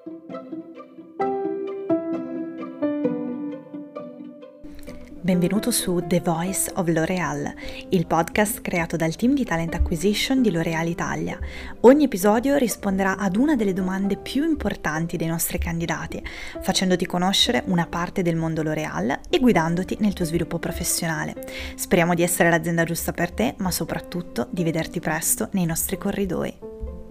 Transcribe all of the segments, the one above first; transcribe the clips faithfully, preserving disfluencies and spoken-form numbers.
Benvenuto su The Voice of L'Oréal, il podcast creato dal team di Talent Acquisition di L'Oréal Italia. Ogni episodio risponderà ad una delle domande più importanti dei nostri candidati, facendoti conoscere una parte del mondo L'Oréal e guidandoti nel tuo sviluppo professionale. Speriamo di essere l'azienda giusta per te, ma soprattutto di vederti presto nei nostri corridoi.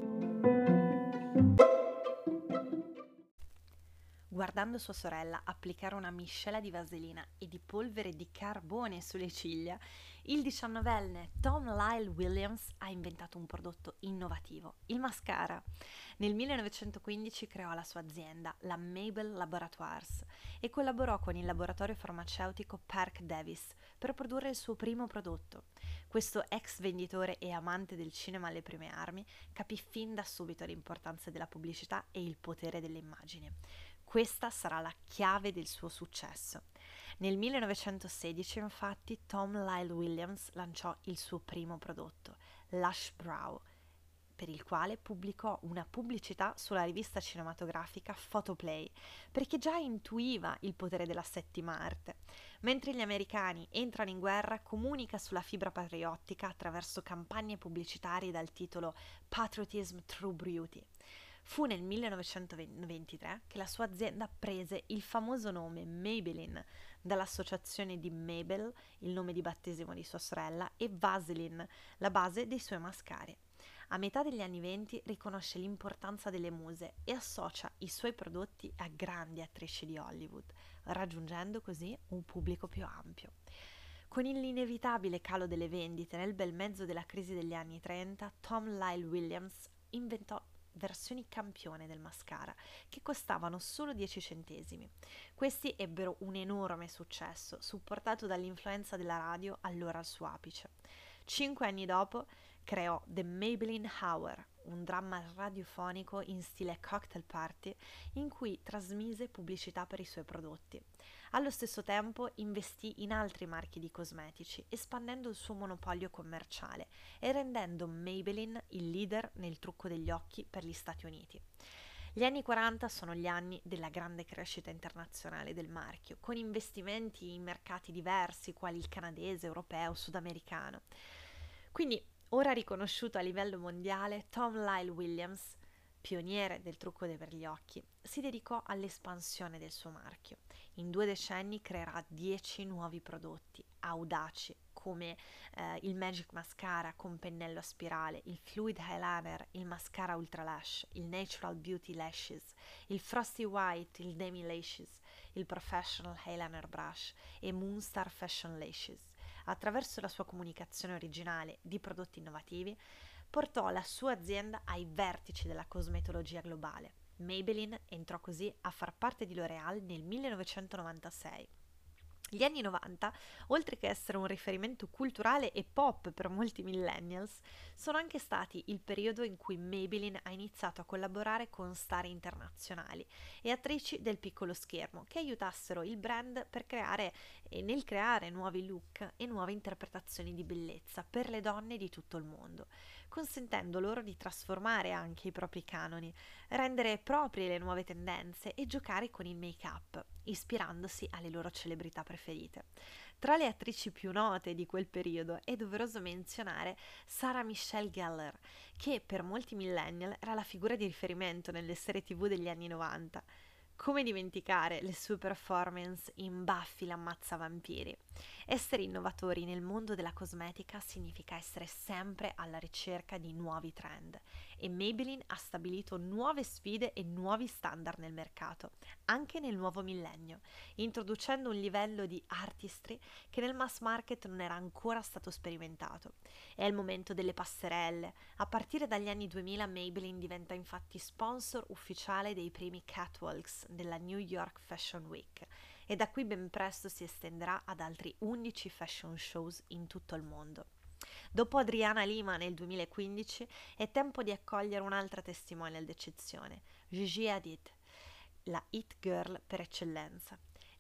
Guardando sua sorella applicare una miscela di vaselina e di polvere di carbone sulle ciglia, il diciannovenne Tom Lyle Williams ha inventato un prodotto innovativo, il mascara. Nel millenovecentoquindici creò la sua azienda, la Mabel Laboratoires, e collaborò con il laboratorio farmaceutico Parke Davis per produrre il suo primo prodotto. Questo ex venditore e amante del cinema alle prime armi capì fin da subito l'importanza della pubblicità e il potere delle immagini. Questa sarà la chiave del suo successo. Nel millenovecentosedici, infatti, Tom Lyle Williams lanciò il suo primo prodotto, Lush Brow, per il quale pubblicò una pubblicità sulla rivista cinematografica Photoplay, perché già intuiva il potere della settima arte. Mentre gli americani entrano in guerra, comunica sulla fibra patriottica attraverso campagne pubblicitarie dal titolo Patriotism True Beauty. Fu nel millenovecentoventitré che la sua azienda prese il famoso nome Maybelline dall'associazione di Mabel, il nome di battesimo di sua sorella, e Vaseline, la base dei suoi mascari. A metà degli anni venti riconosce l'importanza delle muse e associa i suoi prodotti a grandi attrici di Hollywood, raggiungendo così un pubblico più ampio. Con l'inevitabile calo delle vendite nel bel mezzo della crisi degli anni trenta, Tom Lyle Williams inventò versioni campione del mascara che costavano solo dieci centesimi. Questi ebbero un enorme successo, supportato dall'influenza della radio allora al suo apice. Cinque anni dopo creò The Maybelline Hour, un dramma radiofonico in stile cocktail party in cui trasmise pubblicità per i suoi prodotti. Allo stesso tempo investì in altri marchi di cosmetici, espandendo il suo monopolio commerciale e rendendo Maybelline il leader nel trucco degli occhi per gli Stati Uniti. Gli anni quaranta sono gli anni della grande crescita internazionale del marchio, con investimenti in mercati diversi quali il canadese, europeo, sudamericano. Quindi, ora riconosciuto a livello mondiale, Tom Lyle Williams, pioniere del trucco per gli occhi, si dedicò all'espansione del suo marchio. In due decenni creerà dieci nuovi prodotti audaci come eh, il Magic Mascara con pennello a spirale, il Fluid Eyeliner, il Mascara Ultra Lash, il Natural Beauty Lashes, il Frosty White, il Demi Lashes, il Professional Eyeliner Brush e Moonstar Fashion Lashes. Attraverso la sua comunicazione originale di prodotti innovativi, portò la sua azienda ai vertici della cosmetologia globale. Maybelline entrò così a far parte di L'Oréal nel millenovecentonovantasei. Gli anni novanta, oltre che essere un riferimento culturale e pop per molti millennials, sono anche stati il periodo in cui Maybelline ha iniziato a collaborare con star internazionali e attrici del piccolo schermo che aiutassero il brand per creare e nel creare nuovi look e nuove interpretazioni di bellezza per le donne di tutto il mondo, consentendo loro di trasformare anche i propri canoni, rendere proprie le nuove tendenze e giocare con il make-up, ispirandosi alle loro celebrità preferite. Tra le attrici più note di quel periodo è doveroso menzionare Sarah Michelle Gellar, che per molti millennial era la figura di riferimento nelle serie tivù degli anni novanta. Come dimenticare le sue performance in Buffy l'ammazzavampiri? Essere innovatori nel mondo della cosmetica significa essere sempre alla ricerca di nuovi trend e Maybelline ha stabilito nuove sfide e nuovi standard nel mercato, anche nel nuovo millennio, introducendo un livello di artistry che nel mass market non era ancora stato sperimentato. È il momento delle passerelle. A partire dagli anni duemila Maybelline diventa infatti sponsor ufficiale dei primi catwalks della New York Fashion Week e da qui ben presto si estenderà ad altri undici fashion shows in tutto il mondo. Dopo Adriana Lima nel duemilaquindici è tempo di accogliere un'altra testimonial d'eccezione, Gigi Hadid, la hit girl per eccellenza.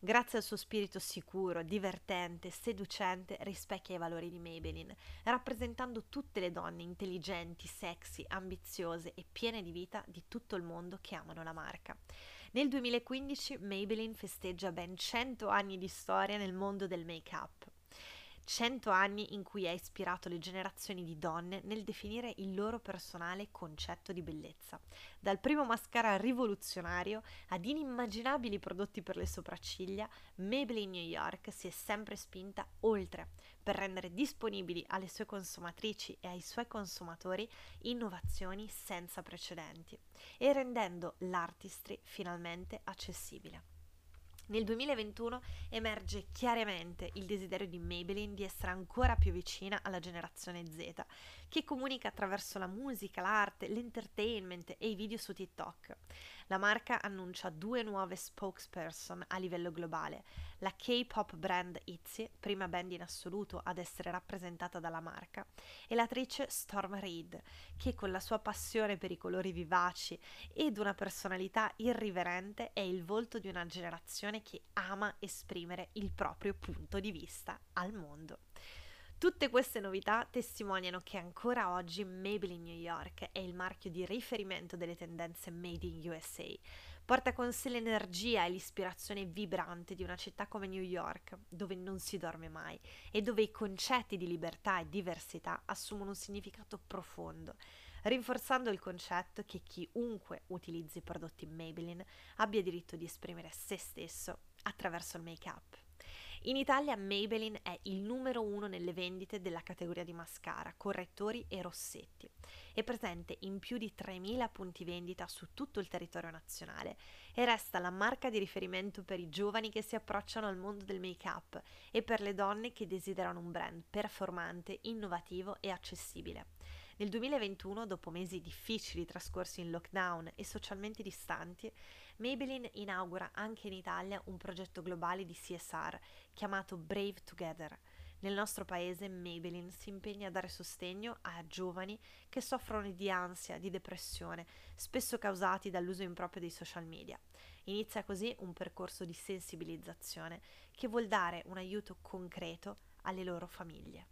grazie al suo spirito sicuro, divertente, seducente, rispecchia i valori di Maybelline, rappresentando tutte le donne intelligenti, sexy, ambiziose e piene di vita di tutto il mondo che amano la marca. Nel duemilaquindici Maybelline festeggia ben cento anni di storia nel mondo del make-up. cento anni in cui ha ispirato le generazioni di donne nel definire il loro personale concetto di bellezza. Dal primo mascara rivoluzionario ad inimmaginabili prodotti per le sopracciglia, Maybelline New York si è sempre spinta oltre per rendere disponibili alle sue consumatrici e ai suoi consumatori innovazioni senza precedenti e rendendo l'artistry finalmente accessibile. Nel duemilaventuno emerge chiaramente il desiderio di Maybelline di essere ancora più vicina alla generazione Z, che comunica attraverso la musica, l'arte, l'entertainment e i video su TikTok. La marca annuncia due nuove spokesperson a livello globale, la K-pop brand ITZY, prima band in assoluto ad essere rappresentata dalla marca, e l'attrice Storm Reid, che con la sua passione per i colori vivaci ed una personalità irriverente è il volto di una generazione che ama esprimere il proprio punto di vista al mondo. Tutte queste novità testimoniano che ancora oggi Maybelline New York è il marchio di riferimento delle tendenze made in U S A. Porta con sé l'energia e l'ispirazione vibrante di una città come New York, dove non si dorme mai e dove i concetti di libertà e diversità assumono un significato profondo, rinforzando il concetto che chiunque utilizzi i prodotti Maybelline abbia diritto di esprimere se stesso attraverso il make-up. In Italia Maybelline è il numero uno nelle vendite della categoria di mascara, correttori e rossetti. È presente in più di tremila punti vendita su tutto il territorio nazionale e resta la marca di riferimento per i giovani che si approcciano al mondo del make-up e per le donne che desiderano un brand performante, innovativo e accessibile. Nel duemilaventuno, dopo mesi difficili trascorsi in lockdown e socialmente distanti, Maybelline inaugura anche in Italia un progetto globale di C S R chiamato Brave Together. Nel nostro paese Maybelline si impegna a dare sostegno a giovani che soffrono di ansia, di depressione, spesso causati dall'uso improprio dei social media. Inizia così un percorso di sensibilizzazione che vuol dare un aiuto concreto alle loro famiglie.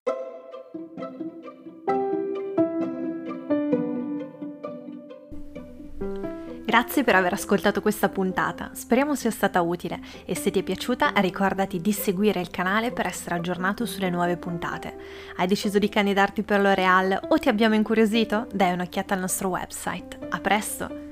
Grazie per aver ascoltato questa puntata, speriamo sia stata utile e se ti è piaciuta ricordati di seguire il canale per essere aggiornato sulle nuove puntate. Hai deciso di candidarti per L'Oréal o ti abbiamo incuriosito? Dai un'occhiata al nostro website. A presto!